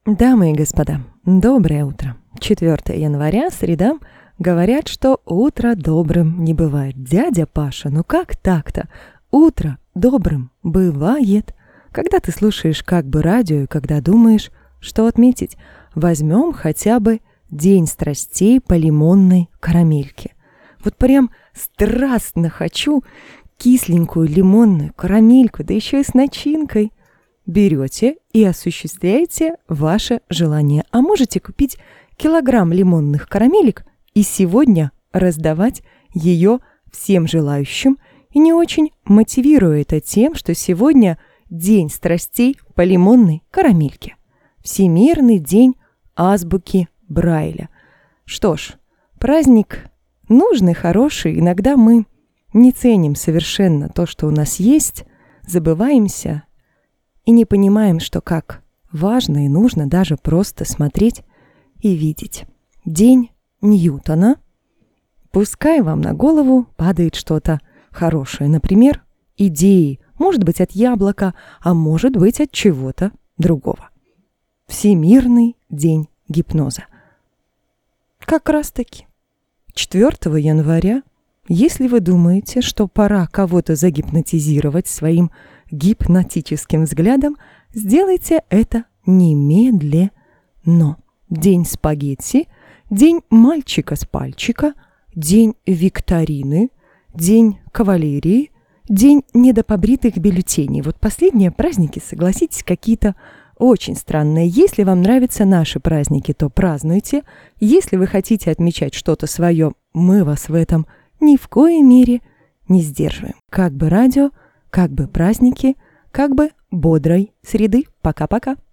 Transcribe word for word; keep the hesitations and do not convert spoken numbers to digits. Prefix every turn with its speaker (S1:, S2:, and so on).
S1: Дамы и господа, доброе утро. четвёртое января, среда. Говорят, что утро добрым не бывает. Дядя Паша, ну как так-то? Утро добрым бывает. Когда ты слушаешь как бы радио, и когда думаешь, что отметить, возьмем хотя бы День страстей по лимонной карамельке. Вот прям страстно хочу кисленькую лимонную карамельку, да еще и с начинкой. Берете и осуществляете ваше желание. А можете купить килограмм лимонных карамелек и сегодня раздавать ее всем желающим. И не очень мотивируя это тем, что сегодня День страстей по лимонной карамельке. Всемирный день азбуки Брайля. Что ж, праздник нужный, хороший. Иногда мы не ценим совершенно то, что у нас есть, забываемся и не понимаем, что как важно и нужно даже просто смотреть и видеть. День Ньютона. Пускай вам на голову падает что-то хорошее. Например, идеи. Может быть, от яблока, а может быть, от чего-то другого. Всемирный день гипноза. Как раз таки четвёртого января, если вы думаете, что пора кого-то загипнотизировать своим гипнотическим взглядом, сделайте это немедленно. День спагетти, день мальчика с пальчика, день викторины, день кавалерии, день недопобритых бюллетеней. Вот последние праздники, согласитесь, какие-то очень странные. Если вам нравятся наши праздники, то празднуйте. Если вы хотите отмечать что-то свое, мы вас в этом ни в коей мере не сдерживаем. Как бы радио, как бы праздники, как бы бодрой среды. Пока-пока.